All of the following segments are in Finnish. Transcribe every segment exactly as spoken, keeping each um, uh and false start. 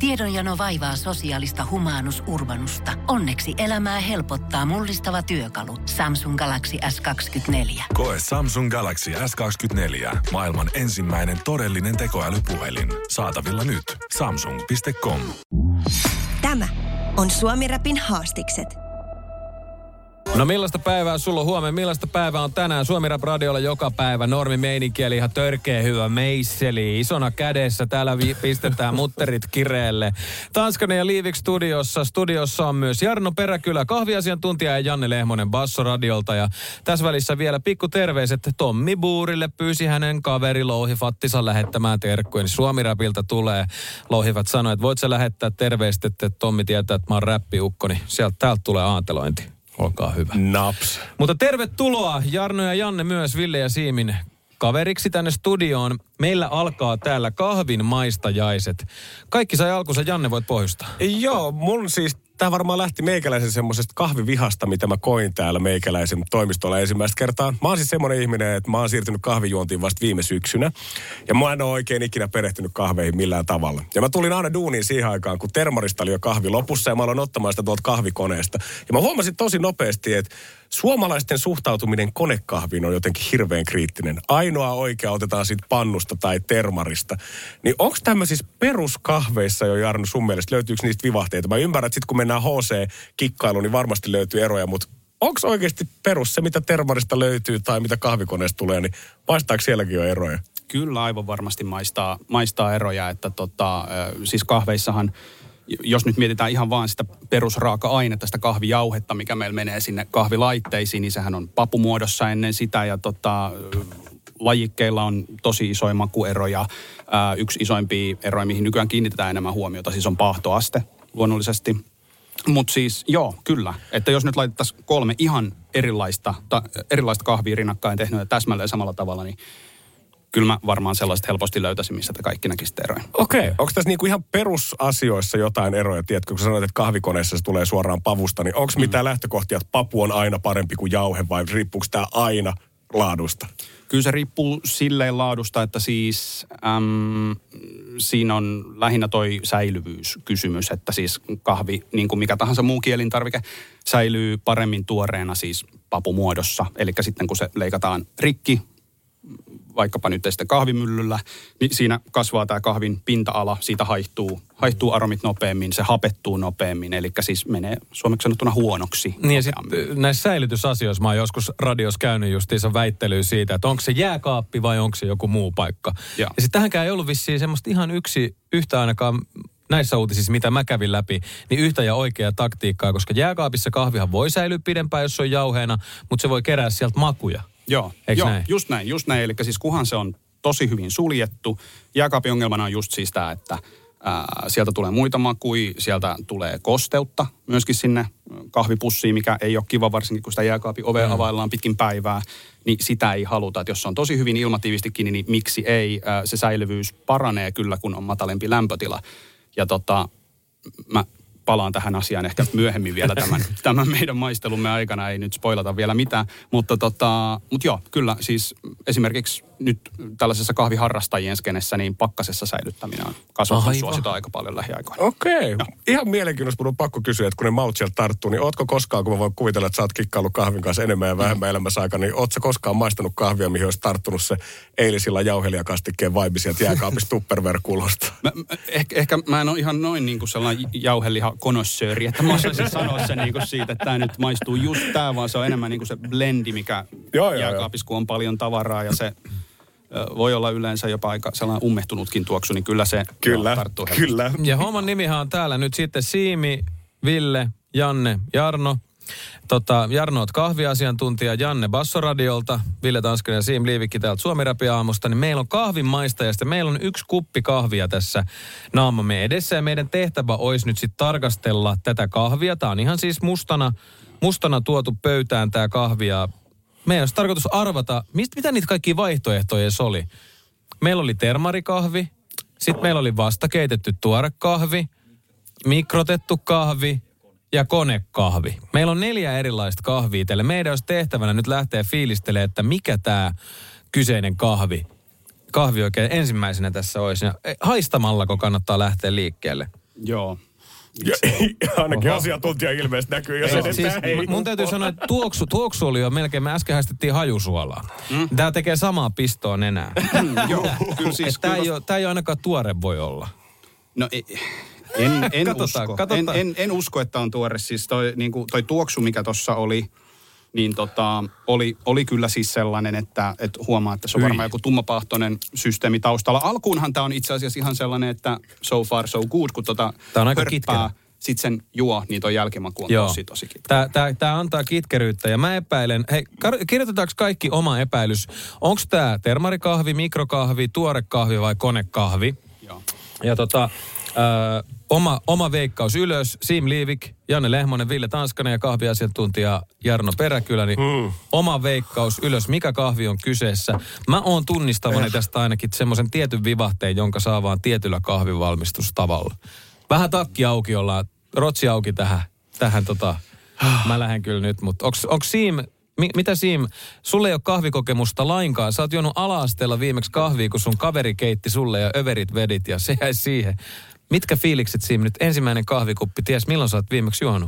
Tiedonjano vaivaa sosiaalista humanus urbanusta. Onneksi elämää helpottaa mullistava työkalu. Samsung Galaxy S kaksikymmentäneljä. Koe Samsung Galaxy S kaksikymmentäneljä. Maailman ensimmäinen todellinen tekoälypuhelin. Saatavilla nyt. Samsung piste com. Tämä on Suomi Rapin haastikset. No millaista päivää sulla on huomenna? Millaista päivää on tänään? Suomi Rap radiolla joka päivä. Normi meininki, eli ihan törkeä hyvä meisseli. Isona kädessä. Täällä vi- pistetään mutterit kireelle. Tanskanen ja Liivik studiossa. Studiossa on myös Jarno Peräkylä, kahviasiantuntija, ja Janne Lehmonen Basso radiolta. Ja tässä välissä vielä pikku terveiset Tommi Buurille. Pyysi hänen kaveri Louhifattinsa lähettämään terkkuja. Suomi Rapilta tulee. Louhifat sanoi, että voit sä lähettää terveistä, että Tommi tietää, että mä oon räppiukko. Niin sieltä täältä tulee aantelointi. Olkaa hyvä. Naps. Mutta tervetuloa Jarno ja Janne myös Ville ja Siimin kaveriksi tänne studioon. Meillä alkaa täällä kahvin maistajaiset. Kaikki sai alkunsa. Janne, voit pohjustaa. Joo, mun siis, tää varmaan lähti meikäläisen semmoisesta kahvivihasta, mitä mä koin täällä meikäläisen toimistolla ensimmäistä kertaa. Mä oon siis semmoinen ihminen, että mä oon siirtynyt kahvijuontiin vasta viime syksynä. Ja mä en ole oikein ikinä perehtynyt kahveihin millään tavalla. Ja mä tulin aina duuniin siihen aikaan, kun termarista oli jo kahvi lopussa ja mä aloin ottamaan sitä tuolta kahvikoneesta. Ja mä huomasin tosi nopeasti, että suomalaisten suhtautuminen konekahviin on jotenkin hirveän kriittinen. Ainoa oikea otetaan siitä pannusta tai termarista. Niin onko tämmöisissä peruskahveissa jo, Jarno, sun mielestä, löytyykö niistä vivahteita? Mä ymmärrän, että sit kun mennään H C-kikkailuun, niin varmasti löytyy eroja, mutta onko oikeasti perus se, mitä termarista löytyy tai mitä kahvikoneesta tulee, niin maistaako sielläkin jo eroja? Kyllä aivan varmasti maistaa, maistaa eroja, että tota, siis kahveissahan, jos nyt mietitään ihan vaan sitä perusraaka-ainetta, sitä kahvijauhetta, mikä meillä menee sinne kahvilaitteisiin, niin sehän on papumuodossa ennen sitä ja tota, lajikkeilla on tosi isoja makueroja. Ää, yksi isoimpia eroja, mihin nykyään kiinnitetään enemmän huomiota, siis on paahtoaste luonnollisesti. Mutta siis joo, kyllä. Että jos nyt laitettaisiin kolme ihan erilaista, ta, erilaista kahvia rinnakkain tehnyt täsmälleen samalla tavalla, niin kyllä mä varmaan sellaiset helposti löytäisin, missä te kaikki näkisitte eroja. Okei. Okay. Onko tässä niinku ihan perusasioissa jotain eroja? Tiedätkö, kun sä sanoit, että kahvikoneessa se tulee suoraan pavusta, niin onko mm. mitään lähtökohtia, että papu on aina parempi kuin jauhe vai riippuuko tämä aina laadusta? Kyllä se riippuu silleen laadusta, että siis äm, siinä on lähinnä toi säilyvyyskysymys, että siis kahvi, niin kuin mikä tahansa muu elintarvike, säilyy paremmin tuoreena siis papumuodossa. Eli sitten kun se leikataan rikki, vaikkapa nyt sitten kahvimyllyllä, niin siinä kasvaa tämä kahvin pinta-ala, siitä haihtuu, haihtuu aromit nopeammin, se hapettuu nopeammin, eli siis menee suomeksi sanottuna huonoksi. Niin ja sitten näissä säilytysasioissa mä oon joskus radiossa käynyt justiinsa väittelyä siitä, että onko se jääkaappi vai onko se joku muu paikka. Ja, ja sitten tähänkään ei ollut vissiin semmoista ihan yksi, yhtä ainakaan näissä uutisissa, mitä mä kävin läpi, niin yhtä ja oikeaa taktiikkaa, koska jääkaapissa kahvihan voi säilyä pidempään, jos se on jauheena, mutta se voi kerää sieltä makuja. Joo, joo näin? just näin, just näin. Eli siis kunhan se on tosi hyvin suljettu. Jääkaapin ongelmana on just siis tämä, että ää, sieltä tulee muita makuja, sieltä tulee kosteutta myöskin sinne kahvipussiin, mikä ei ole kiva, varsinkin kun sitä jääkaapin ovea mm. availlaan pitkin päivää, niin sitä ei haluta. Että jos se on tosi hyvin ilmatiivisti kiinni, niin miksi ei? Ää, se säilyvyys paranee kyllä, kun on matalempi lämpötila. Ja tota, mä palaan tähän asiaan ehkä myöhemmin vielä tämän, tämän meidän maistelumme aikana, ei nyt spoilata vielä mitään. Mutta tota, mut joo, kyllä siis esimerkiksi nyt tällaisessa kahviharrastajien skenessä, niin pakkasessa säilyttäminen on kasvanut suosita aika paljon lähiaikoina. Okei. Okay. Ihan mielenkiinnosta, mun on pakko kysyä, että kun ne maut sieltä tarttuu, niin ootko koskaan, kun mä voin kuvitella, että sä oot kikkaillut kahvin kanssa enemmän ja vähemmän mm. elämässä aikana, niin oot sä koskaan maistanut kahvia, mihin olisi tarttunut se eilisillä jauhelijakastikkeen vaibi sieltä jääkaapista tupperware-kulosta? Mä, ehkä, ehkä mä en ole ihan noin niin kuin sellainen jauheliha-konossööri, että mä osaisin sanoa se niin kuin siitä, että tämä nyt maistuu just tää, vaan se on enemmän niin kuin se blendi, mikä joo, jääkaapissa, kun on paljon tavaraa ja se voi olla yleensä jopa aika sellainen ummehtunutkin tuoksu, niin kyllä se kyllä, tarttuu helposti. Kyllä. Ja homman nimihan on täällä nyt sitten Siimi, Ville, Janne, Jarno. Tota, Jarno oot kahviasiantuntija, Janne Bassoradiolta, Ville Tanskanen ja Siim Liivikki täältä Suomi Rapin aamusta. Niin meillä on kahvinmaistajasta, meillä on yksi kuppi kahvia tässä naamamme edessä. Ja meidän tehtävä olisi nyt sitten tarkastella tätä kahvia. Tämä on ihan siis mustana, mustana tuotu pöytään tämä kahvia. Meidän olisi tarkoitus arvata, mistä, mitä niitä kaikkia vaihtoehtoja edes oli. Meillä oli termarikahvi, sitten meillä oli vastakeitetty tuorekahvi, mikrotettu kahvi ja konekahvi. Meillä on neljä erilaista kahvia teille. Meidän olisi tehtävänä nyt lähteä fiilistelemään, että mikä tämä kyseinen kahvi, kahvi oikein ensimmäisenä tässä olisi. Ja haistamallako kannattaa lähteä liikkeelle? Joo. Ja, ainakin Oho. asiantuntija ilmeisesti näkyy, jos ei, siis, ei. Mun täytyy sanoa, että tuoksu, tuoksu oli jo melkein, me äsken haistettiin hajusuolaa. Mm. Tää tekee samaa pistoa nenää. Joo, kyllä siis. Tää ei, tää ei ainakaan tuore voi olla. No ei. En, en katsotaan, usko. katsotaan. En, en, en usko, että on tuore. Siis toi, niin kuin, toi tuoksu, mikä tuossa oli, niin tota, oli, oli kyllä siis sellainen, että, että huomaa, että se on Hyi. varmaan joku tummapahtoinen systeemi taustalla. Alkuunhan tämä on itse asiassa ihan sellainen, että so far so good, kun tota tämä on aika hörppää, sit sen juo, niin toi jälkimaku on Joo. tosi tosi kitkeä. Tää, tää, tää antaa kitkeryyttä ja mä epäilen, hei kirjoitetaanko kaikki oma epäilys, onko tää termarikahvi, mikrokahvi, tuorekahvi vai konekahvi? Joo. Ja tota... Öö, oma, oma veikkaus ylös, Siim Liivik, Janne Lehmonen, Ville Tanskanen ja kahviasiantuntija Jarno Peräkylä, niin mm. oma veikkaus ylös, mikä kahvi on kyseessä. Mä oon tunnistavani eh. tästä ainakin semmoisen tietyn vivahteen, jonka saa vaan tietyllä kahvivalmistustavalla. Vähän takki auki ollaan, rotsi auki tähän, tähän tota, mä lähden kyllä nyt, mutta onks, onks Siim, mi, mitä Siim, sulle ei ole kahvikokemusta lainkaan, sä oot juonut ala-asteella viimeksi kahvia, kun sun kaveri keitti sulle ja överit vedit ja se jäi siihen. Mitkä fiilikset siinä nyt? Ensimmäinen kahvikuppi, ties milloin sä oot viimeksi juonut?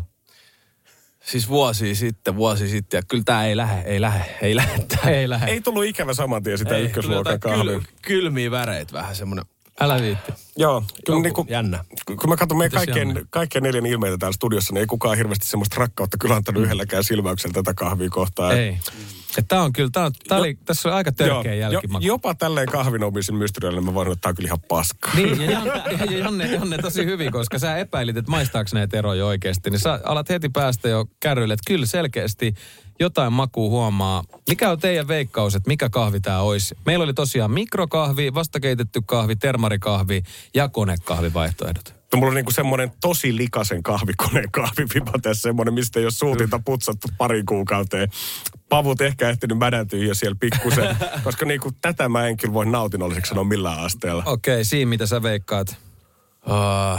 Siis vuosi sitten, vuosi sitten. Ja kyllä tää ei lähe, ei lähe, ei lähe. Tää. Ei lähe. Ei tullut ikävä saman tien sitä ei, ykkösluokan kahvia. Kyl, kylmiä väreitä vähän semmoinen. Älä viitti. Joo, kyllä niin kuin, jännä. Kun mä katson meidän kaikkien, kaikkien neljän ilmeitä täällä studiossa, niin ei kukaan hirveästi semmoista rakkautta kyllä antanut mm. yhdelläkään silmäyksellä tätä kahvia kohtaan. Ei. Että tää on kyllä, tää on, tää oli, tässä on aika törkeä jo, jälkimaku. Jo, jopa tälleen kahvinomisen mysteeriölle mä voin, että tää on kyllä ihan paskaa. Niin, ja Janne, ja Janne, Janne tosi hyvin, koska sä epäilit, että maistaako näitä eroja oikeasti. Niin sä alat heti päästä jo kärryille, että kyllä selkeästi jotain makua huomaa. Mikä on teidän veikkaus, että mikä kahvi tää olisi? Meillä oli tosiaan mikrokahvi, vastakeitetty kahvi, termarikahvi ja konekahvi vaihtoehdot. No, mulla on niinku semmoinen tosi likaisen kahvikoneen kahvipipa tässä, semmoinen, mistä ei ole suutinta putsattu pari kuukauteen. Pavut ehkä ehtinyt mädäntyä jo siellä pikkusen, koska niinku tätä mä en kyllä voi nautinolliseksi sanoa millään asteella. Okei, okay, Siim, mitä sä veikkaat? Uh,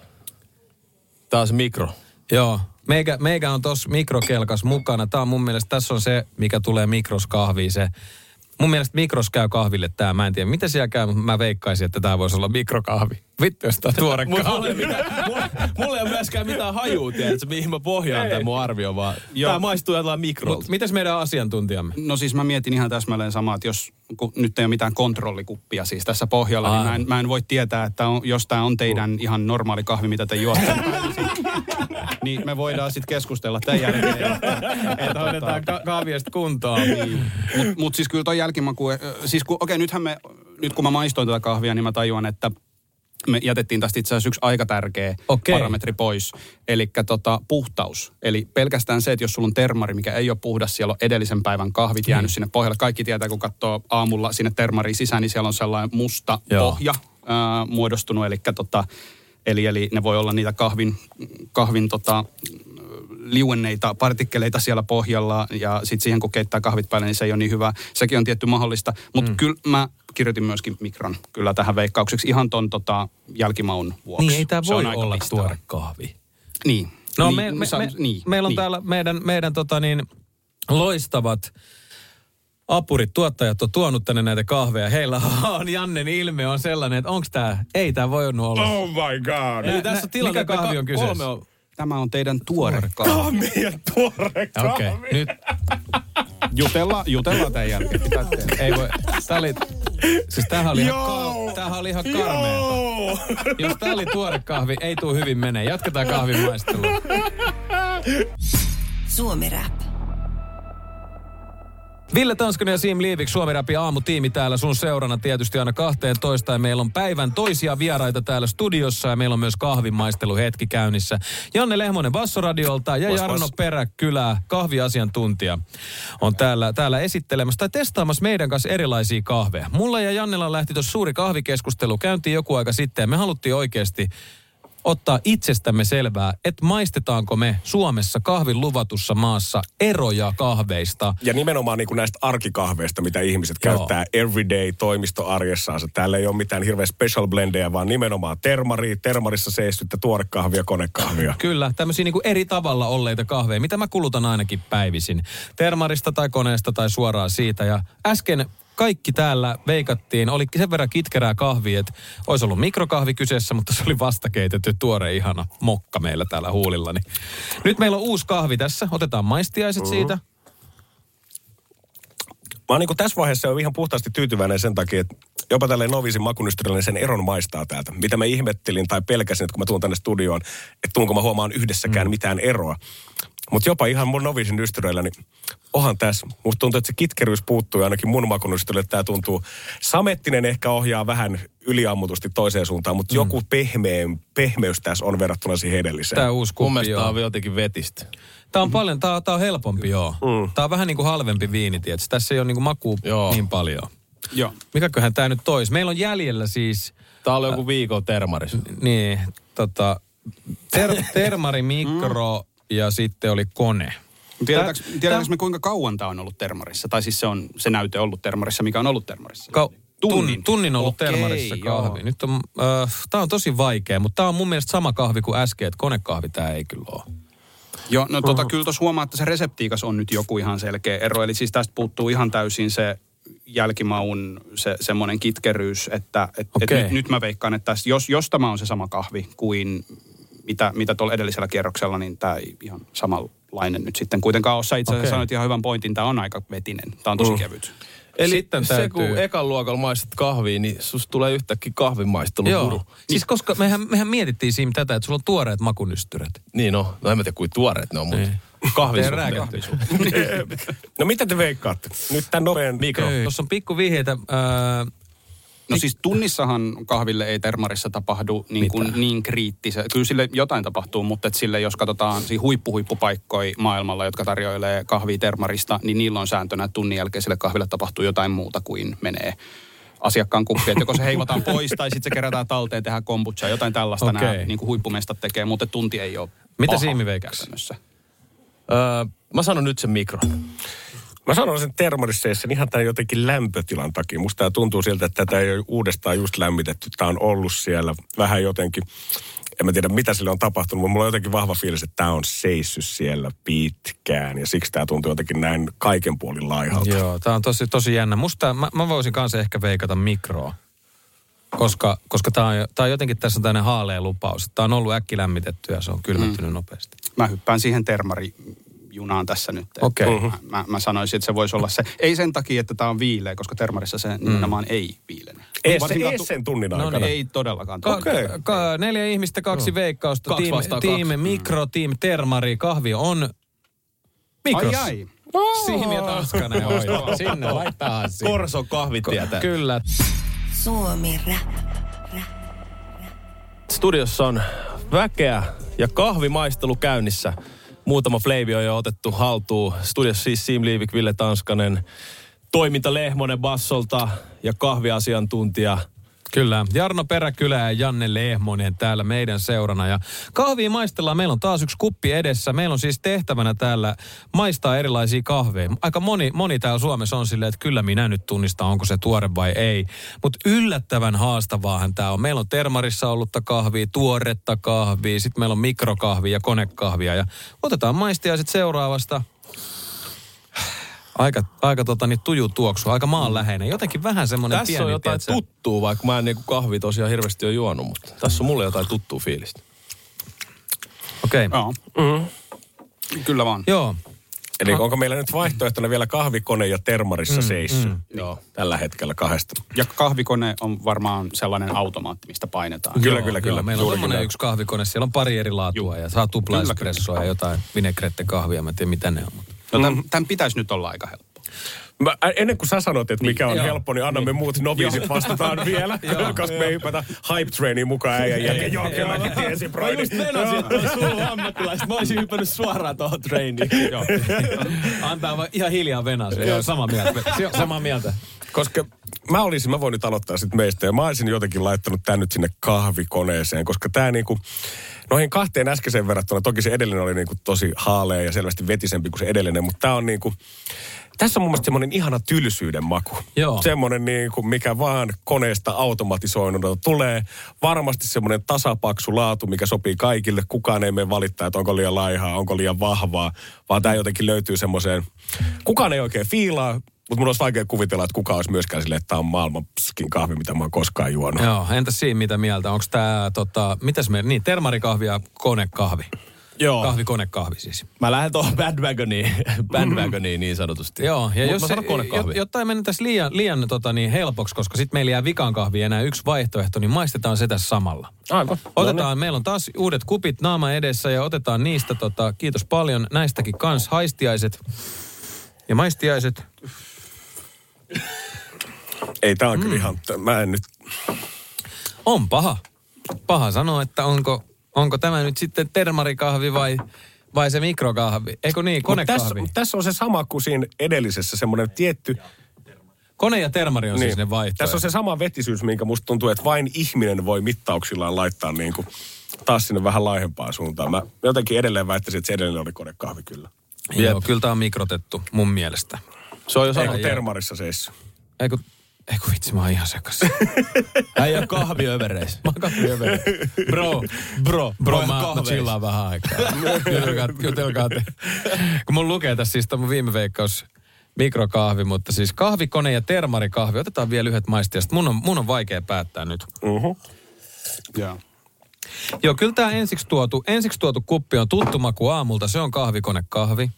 taas mikro. Joo, meikä, meikä on tossa mikrokelkas mukana. Tää on mun mielestä, tässä on se, mikä tulee mikroskahviin, se. Mun mielestä mikros käy kahville tää. Mä en tiedä, mitä siellä käy, mutta mä veikkaisin, että tää voisi olla mikrokahvi. Vittu, jos tää on tuore kahvi. Mulla ei ole myöskään mitään hajua, tiedätkö, mihin mä pohjaan tämän mun arvio, vaan tää maistuu jotain mikrolta. Mitäs meidän asiantuntijamme? No siis mä mietin ihan täsmälleen samaa, että jos kun nyt ei ole mitään kontrollikuppia siis tässä pohjalla, Aa. niin mä en, mä en voi tietää, että on, jos tää on teidän ihan normaali kahvi, mitä te juotte, niin me voidaan sitten keskustella tämän jälkeen. Että hoidetaan ka- kahviasta kuntoon. Niin. Mutta mut siis kyllä toi jälkimaku, siis kun, okei, nythän me, nyt kun mä maistoin tätä kahvia, niin mä tajuan, että me jätettiin tästä itse asiassa yksi aika tärkeä okay. parametri pois. Eli tota, puhtaus. Eli pelkästään se, että jos sulla on termari, mikä ei ole puhdas, siellä on edellisen päivän kahvit jäänyt mm. sinne pohjalle. Kaikki tietää, kun katsoo aamulla sinne termariin sisään, niin siellä on sellainen musta Joo. pohja ää, muodostunut. Eli, tota, eli, eli ne voi olla niitä kahvin, kahvin tota, liuenneita partikkeleita siellä pohjalla. Ja sitten siihen, kun keittää kahvit päälle, niin se ei ole niin hyvä. Sekin on tietty mahdollista. Mutta mm. kyllä mä kirjoitin myöskin mikron kyllä tähän veikkaukseksi ihan ton tota, jälkimaun vuoksi. Niin, ei tämä voi olla tuore kahvi. Niin. No niin, me, me, sa- me, niin, meillä on niin. täällä meidän, meidän tota niin, loistavat apurit, tuottajat on tuonut tänne näitä kahveja. Heillä on, Jannen ilme on sellainen, että onko tämä, ei tämä voinut olla. Oh my god. Eli tässä on tilanne, mikä kahvi on kyseessä? On, tämä on teidän tuore kahvi. Tämä on meidän tuore kahvi. Okei, okay, nyt. Jutella, jutella tämän jälkeen. Ei voi, tää oli, siis tämähän oli, ihan, ka, tämähän oli ihan karmeeta. Jos tää oli tuore kahvi, ei tuu hyvin menee. Jatketaan kahvin maistelua. Suomi Rap. Ville Tanskanen ja Siim Liivik, Suomi Rapin aamutiimi täällä sun seurana tietysti aina kahteentoista. Ja meillä on päivän toisia vieraita täällä studiossa ja meillä on myös kahvinmaisteluhetki käynnissä. Janne Lehmonen Bassoradiolta ja vas, Jarno vas. Peräkylä, kahviasiantuntija, on täällä, täällä esittelemässä tai testaamassa meidän kanssa erilaisia kahveja. Mulla ja Jannella lähti tuossa suuri kahvikeskustelu. Käyntiin joku aika sitten ja me haluttiin oikeasti ottaa itsestämme selvää, että maistetaanko me Suomessa kahvin luvatussa maassa eroja kahveista. Ja nimenomaan niin kuin näistä arkikahveista, mitä ihmiset Joo. käyttää everyday toimistoarjessaansa. Täällä ei ole mitään hirveä special blendejä, vaan nimenomaan termari, termarissa seistyttä, tuorekahvia, konekahvia. Kyllä, tämmöisiä niin kuin eri tavalla olleita kahveja, mitä mä kulutan ainakin päivisin. Termarista tai koneesta tai suoraan siitä. Ja äsken kaikki täällä veikattiin. Oli sen verran kitkerää kahvia, että olisi ollut mikrokahvi kyseessä, mutta se oli vastakeitetty tuore ihana mokka meillä täällä huulilla. Niin. Nyt meillä on uusi kahvi tässä. Otetaan maistiaiset mm-hmm. siitä. Mä oon niin kuin tässä vaiheessa jo ihan puhtaasti tyytyväinen sen takia, että jopa tälleen noviisin makunystyrillä sen eron maistaa täältä. Mitä mä ihmettelin tai pelkäsin, että kun mä tuun tänne studioon, että tuunko mä huomaan yhdessäkään mm. mitään eroa. Mutta jopa ihan mun noviisin ystyreillä, niin onhan tässä. Musta tuntuu, että se kitkeryys puuttuu ainakin mun makunystyrille, että tää tuntuu. Samettinen ehkä ohjaa vähän yliammutusti toiseen suuntaan, mutta mm. joku pehmeä, pehmeys tässä on verrattuna siihen edelliseen. Tää uusi kuppi, mun mielestä tää on jotenkin vetistä. Tää on paljon, tää, tää on helpompi, joo. Mm. Tää on vähän niin kuin halvempi viini, tietysti. Tässä ei ole niin kuin makua joo. niin paljon. Joo. Mikäköhän tää nyt tois? Meillä on jäljellä siis... Tää oli joku viikon termaris. Niin, tota... Ter, termari, mikro ja sitten oli kone. Tiedätkö, tiedätkö me kuinka kauan tää on ollut termarissa? Tai siis se on se näyte ollut termarissa, mikä on ollut termarissa? Ka- tunnin. Tunnin ollut Okei, termarissa kahvi. Joo. Nyt on, äh, tää on tosi vaikea, mutta tää on mun mielestä sama kahvi kuin äsken, että konekahvi tää ei kyllä ole. Joo, no tota, kyllä tuossa huomaa, että se reseptiikas on nyt joku ihan selkeä ero. Eli siis tästä puuttuu ihan täysin se jälkimaun se semmoinen kitkeryys, että et, et nyt, nyt mä veikkaan, että tästä, jos, jos tämä on se sama kahvi kuin mitä, mitä tuolla edellisellä kierroksella, niin tämä ei ihan samanlainen nyt sitten kuitenkaan ole. Sä itse asiassa okay. sanoit ihan hyvän pointin, tämä on aika vetinen, tämä on tosi mm. kevyt. Eli sitten se, kun ekan luokalla maistat kahvia, niin susta tulee yhtäkkiä kahvinmaistelun Joo. puru. Siis koska mehän, mehän mietittiin siinä tätä, että sulla on tuoreet makunystyrät. Niin no, no en mä tiedä kuin tuoreet ne on, mutta kahvin No mitä te veikkaatte? Nyt tämän nopean mikro. Tuossa on pikku vihjeitä. Ää, No siis tunnissahan kahville ei termarissa tapahdu niin, kuin niin kriittistä. Kyllä sille jotain tapahtuu, mutta et sille jos katsotaan huippuhuippupaikkoja maailmalla, jotka tarjoilee kahvia termarista, niin niillä on sääntönä, että tunnin jälkeen sille kahville tapahtuu jotain muuta kuin menee asiakkaan kuppi. Että joko se heivataan pois tai sitten se kerätään talteen, tehdään kombuchaa, jotain tällaista okay. nämä niin kuin huippumestat tekee, mutta tunti ei ole Mitä Siimi veikkaa? Öö, mä sanon nyt sen mikro. Mä sanon sen termorisseissa ihan tämän jotenkin lämpötilan takia. Musta tämä tuntuu siltä, että tätä ei ole uudestaan just lämmitetty. Tämä on ollut siellä vähän jotenkin, en mä tiedä mitä sille on tapahtunut, mutta mulla on jotenkin vahva fiilis, että tämä on seissyt siellä pitkään. Ja siksi tämä tuntuu jotenkin näin kaiken puolin laihalta. Joo, tämä on tosi, tosi jännä. Musta mä, mä voisin kanssa ehkä veikata mikroa. Koska, koska tämä on, tää on jotenkin, tässä on tämmöinen haalea lupaus. Tämä on ollut äkkilämmitetty ja se on kylmettynyt mm. nopeasti. Mä hyppään siihen termari junaan tässä nyt. Okei. Okay. Mä, mä, mä sanoisin, että se voisi olla se. Ei sen takia, että tämä on viileä, koska termarissa se mm. nimenomaan ei viilene. Ei se ei sen tunnin aikana. No niin, ei todellakaan. Ka- okay. ka- neljä ihmistä, kaksi no. veikkausta. Kaksi tiim, vastaan tiim, kaksi. mikro, tiim, termari, kahvi on mikrossa. Ai ai. Siimi ja Tanskanen. Sinne laittaa sinne. Korson kahvit tietää. Kyllä. Suomi Rap. Studiossa on väkeä ja kahvimaistelu käynnissä. Muutama fleivi on jo otettu haltuun. Studiossa siis Siim Liivik, Ville Tanskanen, toiminta Lehmonen bassolta ja kahviasiantuntija. Kyllä. Jarno Peräkylä ja Janne Lehmonen täällä meidän seurana. Ja kahvia maistellaan. Meillä on taas yksi kuppi edessä. Meillä on siis tehtävänä täällä maistaa erilaisia kahveja. Aika moni, moni täällä Suomessa on silleen, että kyllä minä nyt tunnistan, onko se tuore vai ei. Mutta yllättävän haastavaahan tämä on. Meillä on termarissa ollutta kahvia, tuoretta kahvia, sitten meillä on mikrokahvia ja konekahvia. Ja otetaan maistiaiset seuraavasta. Aika, aika tota, niin tuju tuoksu, aika maanläheinen. Jotenkin vähän semmoinen tässä pieni. Tässä on jotain tiedätkö? Tuttua, vaikka mä en niinku kahvia tosiaan hirveästi ole juonut, mutta tässä on mulle jotain tuttua fiilistä. Okei. Okay. Joo. Mm-hmm. Kyllä vaan. Joo. Eli onko meillä nyt vaihtoehtona vielä kahvikone ja termarissa mm, seissy? Mm. Joo. Tällä hetkellä kahdesta. Ja kahvikone on varmaan sellainen automaatti, mistä painetaan. Kyllä, joo, kyllä, kyllä. Joo, meillä on semmoinen yksi kahvikone. Siellä on pari eri laatua ja saa tupla espressoa ja jotain vinaigrette kahvia. Mä en tiedä mitä ne on. Mutta. No tämän, tämän pitäisi nyt olla aika helppo. Mä, ennen kuin sä sanot, että mikä on niin, helppo, niin annamme niin. muut noviisit vastataan vielä. Koska me ei hypätä hype trainiin mukaan äijän jälkeen. Joo, kyllä mäkin tiesin, Broidi. Mä just menasin, että on sulla ammattilaiset. Mä olisin hypännyt suoraan tuohon trainiin. Antaa vaan ihan hiljaa venäsyä. Joo, samaa mieltä. Samaa mieltä. Koska mä olisin, mä voin nyt aloittaa sitten meistä. Ja mä olisin jotenkin laittanut tän nyt sinne kahvikoneeseen. Koska tää niinku, noihin kahteen äskeiseen verrattuna, toki se edellinen oli niinku tosi haalea ja selvästi vetisempi kuin se edellinen. Mutta tää on niinku, tässä on mun mielestä semmoinen ihana tylsyyden maku. Joo. Semmoinen niinku, mikä vaan koneesta automatisoinut tulee. Varmasti semmoinen tasapaksu laatu, mikä sopii kaikille. Kukaan ei mene valittaa, että onko liian laihaa, onko liian vahvaa. Vaan tää jotenkin löytyy semmoiseen, kukaan ei oikein fiilaa. Mutta mun olisi vaikea kuvitella, että kuka olisi myöskään silleen, että tämä on maailman skin kahvi, mitä mä oon koskaan juonut. Joo, entäs siinä mitä mieltä? Onko tää, tota, mitäs me, niin, termarikahvi ja konekahvi. Joo. Kahvi, konekahvi siis. Mä lähden tuohon bandwagoniin, bandwagoniin niin sanotusti. Joo, ja Mut jos mä se, sanon konekahvi. jotta ei mennä tässä liian, liian tota, niin helpoksi, koska sitten meillä jää vikan kahvi enää yksi vaihtoehto, niin maistetaan se tässä samalla. Aivan. Otetaan, meillä on taas uudet kupit naama edessä ja otetaan niistä, tota, kiitos paljon, näistäkin kans haistiaiset ja maistiaiset. Ei, tää on mm. kyllä ihan, mä en nyt... On paha. Paha sanoa, että onko, onko tämä nyt sitten termarikahvi vai, vai se mikrokahvi. Eikö niin, konekahvi. Tässä, tässä on se sama kuin siinä edellisessä, semmoinen tietty... Kone ja termari on niin. Siis ne vaihtoehdot. Tässä on se sama vetisyys, minkä musta tuntuu, että vain ihminen voi mittauksillaan laittaa niin kuin taas sinne vähän laihempaan suuntaan. Mä jotenkin edelleen väittäisin, että se edellinen oli konekahvi kyllä. Joo, Jep. kyllä tää on mikrotettu mun mielestä. Se on jo sama termarissa seissu. Eikö, eikö vitsi, mä oon ihan sekas. Äijä kahviövereissä. Mä oon kahviövereissä. Bro, bro, bro, mä, mä chillaan vähän aikaa. Jutelkaa, jutelkaa te. Kun mun lukee tässä siis mun viime veikkaus mikrokahvi, mutta siis kahvikone ja termarikahvi. Otetaan vielä yhdet maistia. Mun on, mun on vaikea päättää nyt. Uh-huh. Joo. Joo, kyllä tää ensiksi tuotu, ensiksi tuotu kuppi on tuttu maku aamulta. Se on kahvikonekahvi.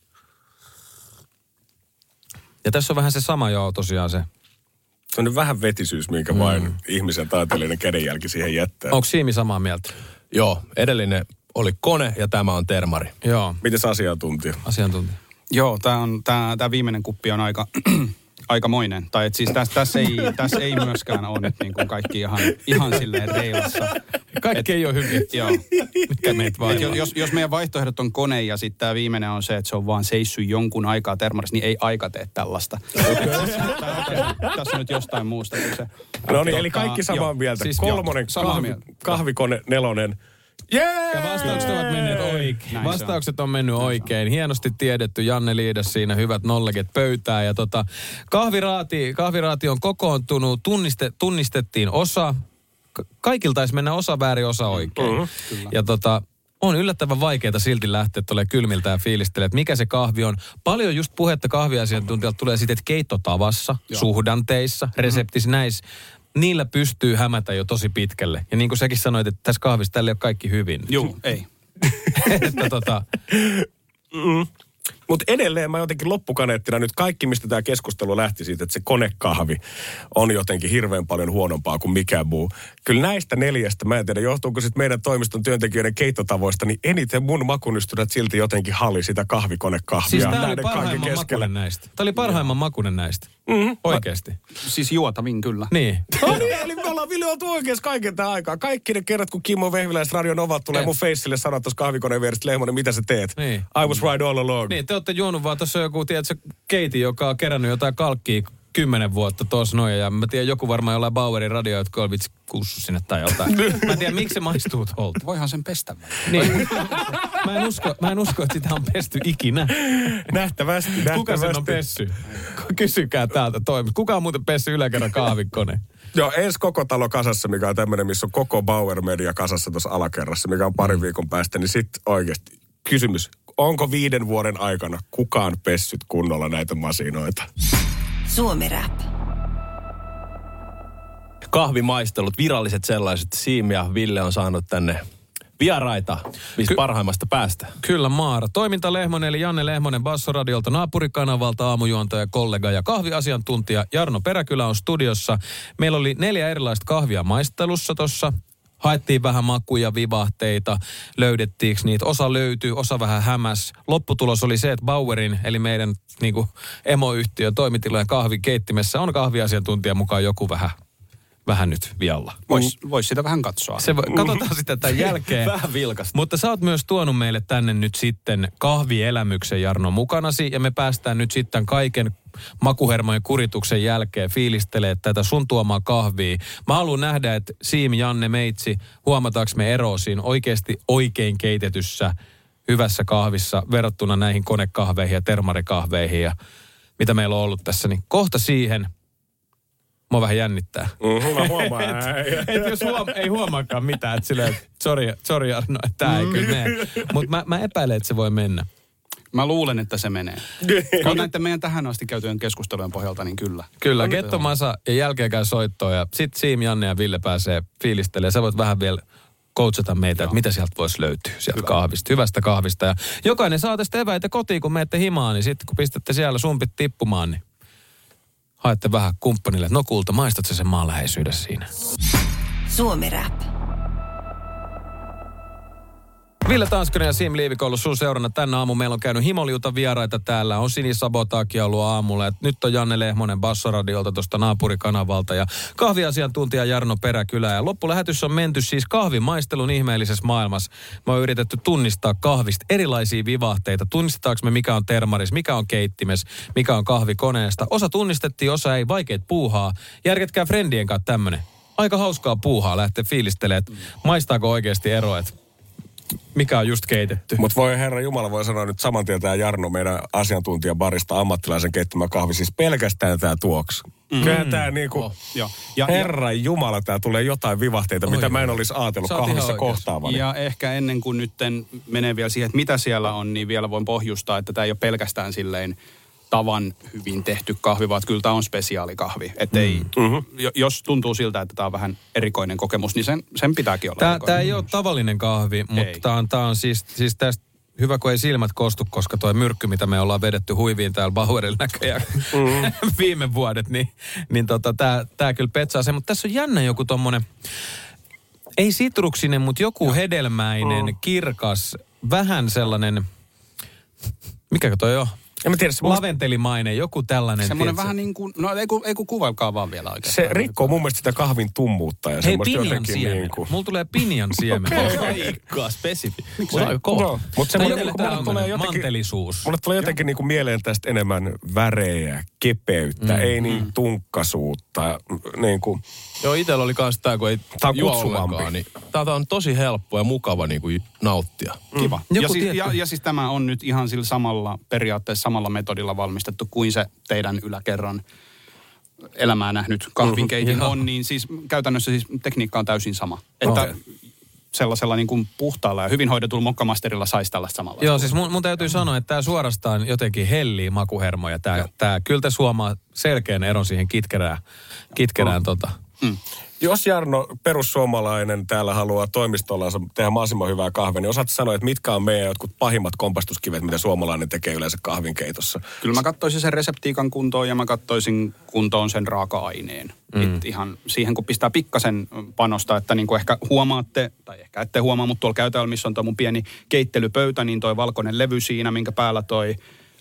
Ja tässä on vähän se sama joo tosiaan se. Se on nyt vähän vetisyys, minkä mm. vain ihmisen taiteellinen kädenjälki siihen jättää. Onko Siimi samaa mieltä? Joo, edellinen oli kone ja tämä on termari. Joo. Mites asiantuntija? Asiantuntija. Joo, tämä on tää, tää viimeinen kuppi on aika aikamoinen. Tai et siis tässä täs ei, täs ei myöskään ole nyt niin kuin kaikki ihan, ihan silleen reilassa. Kaikki et, ei ole hyvin. Joo. Mitkä meitä vaivaa? Jos, jos meidän vaihtoehdot on kone ja sitten tämä viimeinen on se, että se on vaan seissyt jonkun aikaa termarissa, niin ei aika tee tällaista. Tässä on nyt jostain muusta kuin se. No niin, eli kaikki samaa mieltä. Siis kolmonen, kahvi, kahvikone, nelonen. Yeah! Ja vastaukset ovat menneet oikein. Näin vastaukset on, on mennyt oikein. Hienosti tiedetty. Janne liidas siinä hyvät nolleget pöytään. Ja tota, kahviraati, kahviraati on kokoontunut. Tunniste, tunnistettiin osa. Kaikilta taisi mennä osa väärin, osa oikein. Mm-hmm. Ja tota, on yllättävän vaikeaa silti lähteä tuolle kylmiltä ja fiilistelee, että mikä se kahvi on. Paljon just puhetta kahviasiantuntijalta tulee siitä, että keittotavassa, Joo. suhdanteissa, reseptissä, mm-hmm. näissä. Niillä pystyy hämätä jo tosi pitkälle. Ja niin kuin säkin sanoit, että tässä kahvissa tällä ei ole kaikki hyvin. Joo, ei. että tota... Mm. Mutta edelleen mä jotenkin loppukaneettina nyt kaikki, mistä tämä keskustelu lähti siitä, että se konekahvi on jotenkin hirveän paljon huonompaa kuin mikään muu. Kyllä näistä neljästä, mä en tiedä, johtuuko sitten meidän toimiston työntekijöiden keittotavoista, niin eniten mun makunystyrät silti jotenkin halli sitä kahvikonekahvia. Siis tää oli parhaimman makunen näistä. Tää oli parhaimman makunen näistä. Mm-hmm. Oikeesti. Siis juotavin kyllä. Niin. No niin, eli me ollaan Ville oltu oikeassa kaiken tämän aikaa. Kaikki ne kerrat, kun Kimmo Vehviläis Radio Nova tulee mun feissille sanoa tuossa kahvikoneen vierestä, Lehmonen, mitä sä teet? Niin. I was right all along. Niin, te olette juonut vaan, tuossa joku, tiedätkö, keiti, joka on kerännyt jotain kalkkia kymmenen vuotta tuossa noin. Ja mä tiedän, joku varmaan jollain Bauerin radio, jotka on vitsi kussu sinne tai jotain. Mä en tiedä, miksi se maistuu tuolta. Voihan sen pestä. Niin. Mä en, usko, mä en usko, että sitä on pesty ikinä. Nähtävästi, nähtävästi. Kuka sen on pessy? Kysykää täältä toimista. Kuka on muuten pessy yläkerran kahvikone? Joo, ensi koko talo kasassa, mikä on tämmöinen, missä on koko Bauer Media kasassa tuossa alakerrassa, mikä on parin viikon päästä, niin sitten oikeasti kysymys, onko viiden vuoden aikana kukaan pessyt kunnolla näitä masinoita? Suomi Rap. Kahvimaistelut, viralliset sellaiset. Siimi ja Ville on saanut tänne vieraita, mistä Ky- parhaimmasta päästä. Kyllä, Maara. Toiminta Lehmonen, eli Janne Lehmonen Bassoradiolta naapurikanavalta, aamujuontaja, kollega ja kahviasiantuntija Jarno Peräkylä on studiossa. Meillä oli neljä erilaista kahvia maistelussa tuossa. Haettiin vähän makuja, vivahteita, löydettiinkö niitä. Osa löytyi, osa vähän hämäs. Lopputulos oli se, että Bauerin, eli meidän niin kuin emoyhtiön toimitilojen kahvikeittimessä on kahviasiantuntijan mukaan joku vähän, vähän nyt vialla. Voisi vois sitä vähän katsoa. Se, katsotaan sitä tämän jälkeen. Vähän vilkasta. Mutta sä oot myös tuonut meille tänne nyt sitten kahvielämyksen, Jarno, mukanasi. Ja me päästään nyt sitten kaiken makuhermojen kurituksen jälkeen fiilistelee tätä sun tuomaa kahvia. Mä haluan nähdä, että Siimi, Janne, Meitsi, huomataanko me eroa siinä oikeasti oikein keitetyssä hyvässä kahvissa verrattuna näihin konekahveihin ja termarikahveihin ja mitä meillä on ollut tässä. Niin kohta siihen. Mua vähän jännittää. Mm-hmm, mä huomaan. et, et jos huom, ei huomaakaan mitään, että silleen, että sori, sori Jarno, että tää ei kyllä mene. Mutta mä, mä epäilen, että se voi mennä. Mä luulen, että se menee. Kyllä näiden meidän tähän asti käytyjen keskustelujen pohjalta, niin kyllä. Kyllä, Getto Masa ja jälkeen käy soittoa ja sit Siim, Janne ja Ville pääsee fiilistelemään. Sä voit vähän vielä coachata meitä, että mitä sieltä voisi löytyä sieltä Hyvä. kahvista, hyvästä kahvista. Ja jokainen saa tästä eväitä kotiin, kun menette himaan, niin sitten kun pistätte siellä sumpit tippumaan, niin haette vähän kumppanille, että no kulta, maistat sä sen maanläheisyydessä siinä. Suomi Rap. Ville Tanskanen ja Siim Liivik on ollut sun seurana tänä aamu. Meillä on käynyt Himoliuta vieraita täällä. On Sini Sabotaakin ollut aamulla. Et nyt on Janne Lehmonen Bassoradiolta tuosta naapurikanavalta. Ja kahviasiantuntija Jarno Peräkylä. Ja loppulähetys on menty siis kahvimaistelun ihmeellisessä maailmassa. Me on yritetty tunnistaa kahvista erilaisia vivahteita. Tunnistetaanko me mikä on termaris, mikä on keittimes, mikä on kahvikoneesta. Osa tunnistettiin, osa ei. Vaikeet puuhaa. Järketkää friendien kanssa tämmönen. Aika hauskaa puuhaa lähteä fiilistelemään, että maistaako oikeasti eroa, että mikä on just keitetty. Mutta voi herra Jumala, voi sanoa nyt saman tien tämä Jarno, meidän asiantuntija barista, ammattilaisen keittämä kahvi, siis pelkästään tämä tuoksi. Mm. Kyllähän tämä niinku, oh, ja, ja, herra ja, Jumala, tämä tulee jotain vivahteita, oi, mitä mä en olisi ajatellut kahvissa kohtaavani. Ja ehkä ennen kuin nyt menee vielä siihen, että mitä siellä on, niin vielä voin pohjustaa, että tämä ei ole pelkästään silleen tavan hyvin tehty kahvi, vaan kyllä tämä on spesiaalikahvi. Että ei, mm-hmm. jos tuntuu siltä, että tämä on vähän erikoinen kokemus, niin sen, sen pitääkin olla. Tämä, tämä ei ole tavallinen kahvi, mutta tämä on, tämä on siis, siis tästä hyvä, kun ei silmät kostu, koska tuo myrkky, mitä me ollaan vedetty huiviin täällä Bauerilla näköjään mm-hmm. viime vuodet, niin, niin tota, tämä, tämä kyllä petsaa sen. Mutta tässä on jännä joku tommonen, ei sitruksinen, mutta joku ja. hedelmäinen, mm. kirkas, vähän sellainen, mikä toi on? En mä tiedä, se laventelimainen, joku tällainen. Semmoinen vähän niin kuin, no ei kun, ei kun kuvailkaa vaan vielä oikeastaan. Se rikkoo mun mielestä sitä kahvin tummuutta. Ja hei, pinjan siemen. Niin kuin... Mulla tulee pinjan siemen. Aika spesifi. Mutta aika kova. No, mutta se mulle, mulle tulee jotenkin, mantelisuus. Mulle tulee jotenkin niin kuin mieleen tästä enemmän värejä, kepeyttä, mm. ei niin mm. tunkkasuutta. Niin kuin... Joo, itsellä oli kans tää, kun ei juo ollenkaan, niin tää on tosi helppo ja mukava niin kuin nauttia. Kiva. Mm. Ja, siis, ja, ja siis tämä on nyt ihan sillä samalla periaatteessa samalla metodilla valmistettu kuin se teidän yläkerran elämää nähnyt kahvinkeitin mm-hmm. on, niin siis käytännössä siis tekniikka on täysin sama. Että okay. sellaisella niin kuin puhtaalla ja hyvin hoidetulla mokkamasterilla saisi tällaista samalla. Joo, siis mun, mun täytyy sanoa, että tämä suorastaan jotenkin hellii makuhermoja. Tää, tää, kyllä te huomaa selkeän eron siihen kitkerään, kitkerään mm. tota... Mm. Jos Jarno, perussuomalainen, täällä haluaa toimistollansa tehdä mahdollisimman hyvää kahvia, niin osaat sanoa, että mitkä on meidän jotkut pahimmat kompastuskivet, mitä suomalainen tekee yleensä kahvinkeitossa? Kyllä mä katsoisin sen reseptiikan kuntoon ja mä katsoisin kuntoon sen raaka-aineen. Mm. Et ihan siihen, kun pistää pikkasen panosta, että niin kuin ehkä huomaatte, tai ehkä ette huomaa, mutta tuolla käytävällä, missä on tuo mun pieni keittelypöytä, niin toi valkoinen levy siinä, minkä päällä toi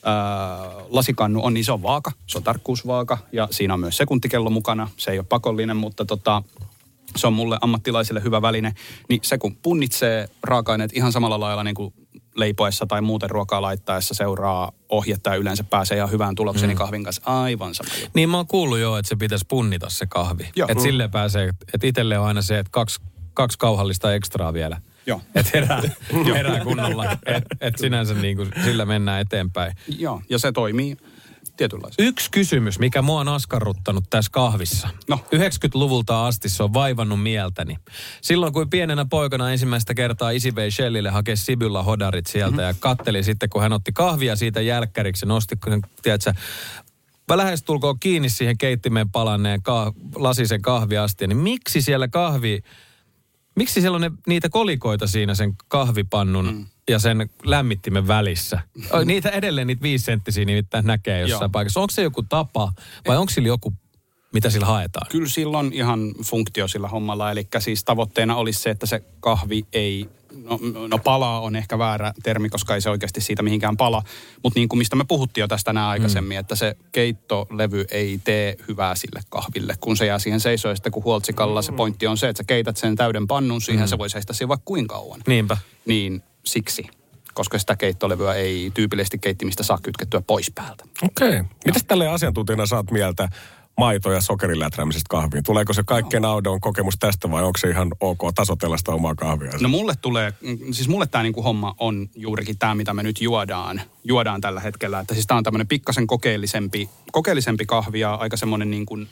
Äh, lasikannu on, niin se on vaaka, se on tarkkuusvaaka ja siinä on myös sekuntikello mukana. Se ei ole pakollinen, mutta tota, se on mulle ammattilaisille hyvä väline. Niin se kun punnitsee raaka-aineet ihan samalla lailla niin kuin leipoessa tai muuten ruokaa laittaessa seuraa ohjetta ja yleensä pääsee ihan hyvään tulokseen mm. kahvin kanssa aivan sama juttu. Niin mä oon kuullut jo, että se pitäisi punnita se kahvi. Että mm. silleen pääsee, että itselle on aina se, että kaksi, kaksi kauhallista ekstraa vielä. Joo. Että herää, herää kunnolla. Että et sinänsä niin kuin sillä mennään eteenpäin. Joo, ja se toimii tietynlaisesti. Yksi kysymys, mikä mua on askarruttanut tässä kahvissa. No. yhdeksänkymmentäluvulta asti se on vaivannut mieltäni. Silloin kun pienenä poikana ensimmäistä kertaa isi vei Shellille hakea Sibylla hodarit sieltä mm-hmm. ja katteli sitten, kun hän otti kahvia siitä jälkkäriksi ja nosti, tiedätkö, mä lähestulkoon kiinni siihen keittimeen palanneen ka- lasisen kahviastia, niin miksi siellä kahvi... Miksi siellä on ne, niitä kolikoita siinä sen kahvipannun mm. ja sen lämmittimen välissä? Niitä edelleen, niitä viisisenttisiä nimittäin näkee jossain Joo. paikassa. Onko se joku tapa vai onko sillä joku, mitä sillä haetaan? Kyllä sillä on ihan funktio sillä hommalla. Eli siis tavoitteena olisi se, että se kahvi ei, no, no palaa on ehkä väärä termi, koska ei se oikeasti siitä mihinkään pala. Mutta niin kuin mistä me puhuttiin jo tästä nää aikaisemmin, mm. että se keittolevy ei tee hyvää sille kahville, kun se jää siihen seisoo. Ja sitten kun huoltsikalla se pointti on se, että sä keität sen täyden pannun siihen, mm. se voi seistä siinä vaikka kuinka kauan. Niinpä. Niin siksi, koska sitä keittolevyä ei tyypillisesti keittimistä saa kytkettyä pois päältä. Okei. Okay. Mitäs tälleen asiantuntijana saat mieltä maito- ja sokeriläträämisestä kahviin? Tuleeko se kaikkein audon kokemus tästä vai onko se ihan ok tasotella sitä omaa kahvia? No mulle tulee, siis mulle tämä niinku homma on juurikin tämä, mitä me nyt juodaan, juodaan tällä hetkellä. Että siis tämä on tämmöinen pikkasen kokeellisempi, kokeellisempi kahvi ja aika semmoinen niin kuin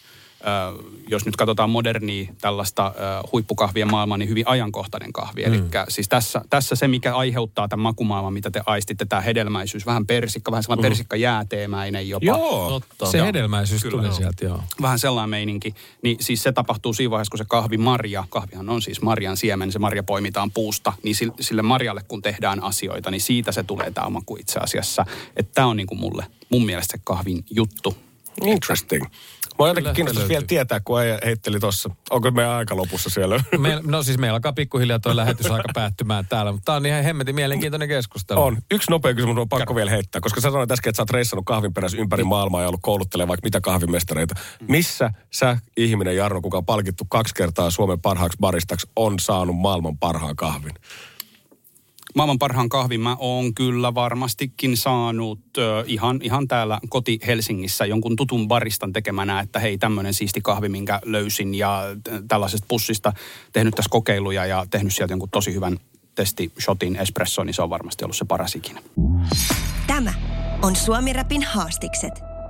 jos nyt katsotaan modernia tällaista äh, huippukahvien maailmaa, niin hyvin ajankohtainen kahvi. Mm. Eli siis tässä, tässä se, mikä aiheuttaa tämän makumaailman, mitä te aistitte, tämä hedelmäisyys, vähän persikka, vähän sellainen mm. persikka jääteemäinen jopa. Joo, totta. Se hedelmäisyys kyllä tuli sieltä, joo. Vähän sellainen meininki. Niin siis se tapahtuu siinä vaiheessa, kun se kahvimarja, kahvihan on siis marjan siemen, se marja poimitaan puusta, niin sille marjalle, kun tehdään asioita, niin siitä se tulee tämä maku itse asiassa. Että tämä on niin kuin mulle, mun mielestä se kahvin juttu. Interesting. Mä jotenkin kiinnostaisi vielä tietää, kun ei heitteli tossa. Onko meidän aika lopussa siellä? Me, no siis meillä alkaa pikkuhiljaa tuo lähetysaika päättymään täällä, mutta tää on ihan hemmetin mielenkiintoinen keskustelu. On. Yksi nopea kysymys on pakko vielä heittää, koska sä sanoit äsken, että sä oot reissannut kahvin perässä ympäri maailmaa ja ollut kouluttelemaan vaikka mitä kahvimestareita. Missä sä, ihminen Jarno, kuka on palkittu kaksi kertaa Suomen parhaaksi baristaksi, on saanut maailman parhaan kahvin? Maailman parhaan kahvin mä oon kyllä varmastikin saanut ö, ihan, ihan täällä koti Helsingissä jonkun tutun baristan tekemänä, että hei, tämmöinen siisti kahvi, minkä löysin ja tällaisesta pussista tehnyt tässä kokeiluja ja tehnyt sieltä jonkun tosi hyvän testishotin espresso, niin se on varmasti ollut se paras ikinä. Tämä on Suomi Rapin haastikset.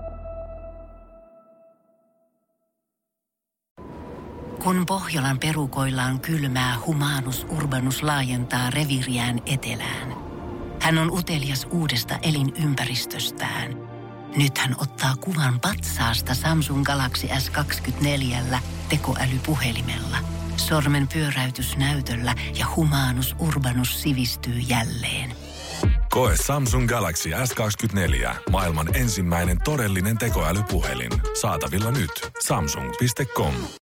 Kun Pohjolan perukoillaan kylmää, Humanus Urbanus laajentaa reviiriään etelään. Hän on utelias uudesta elinympäristöstään. Nyt hän ottaa kuvan patsaasta Samsung Galaxy S kaksikymmentäneljä tekoälypuhelimella. Sormen pyöräytys näytöllä ja Humanus Urbanus sivistyy jälleen. Koe Samsung Galaxy S kaksikymmentäneljä. Maailman ensimmäinen todellinen tekoälypuhelin. Saatavilla nyt. Samsung piste com.